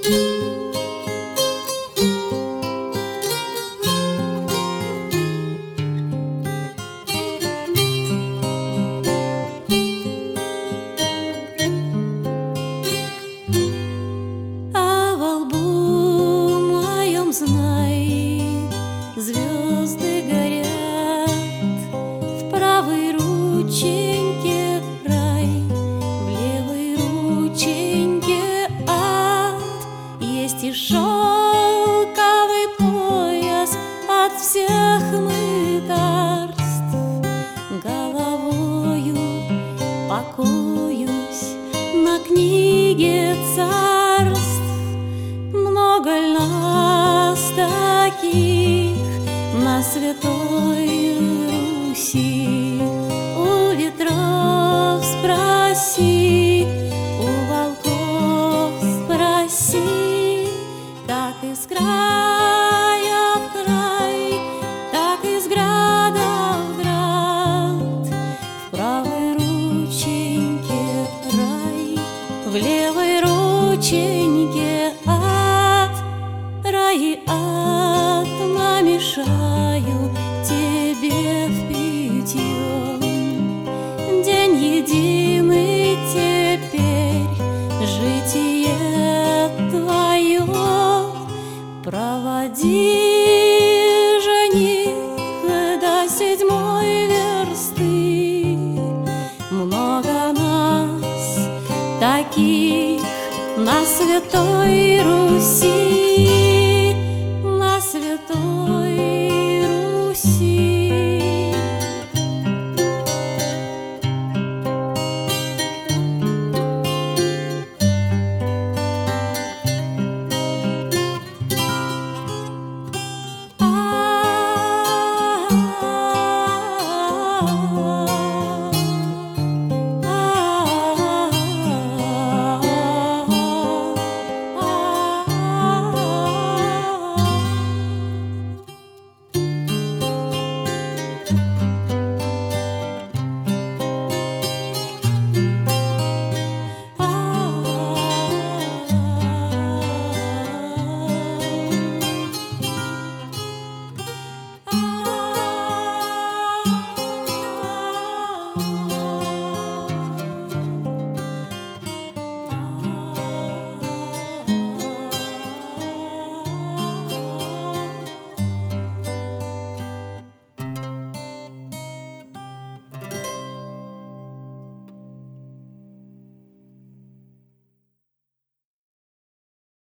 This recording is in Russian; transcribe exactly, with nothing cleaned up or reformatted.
Знай, звезды горят, в правой рученьке рай, в левой рученьке ад. Есть и шелковый пояс от всех мытарств. Головою покоюсь на книге царств. Много ль нас таких на святой Руси? У ветров спроси, у волков спроси, как из края в край, так из града в град. В правой рученьке рай, в левой рученьке ад. Рай и ад намешаю тебе в питье. День единый теперь, житие твое. Проводи, жених, до седьмой версты. Много нас таких на святой Руси, на святой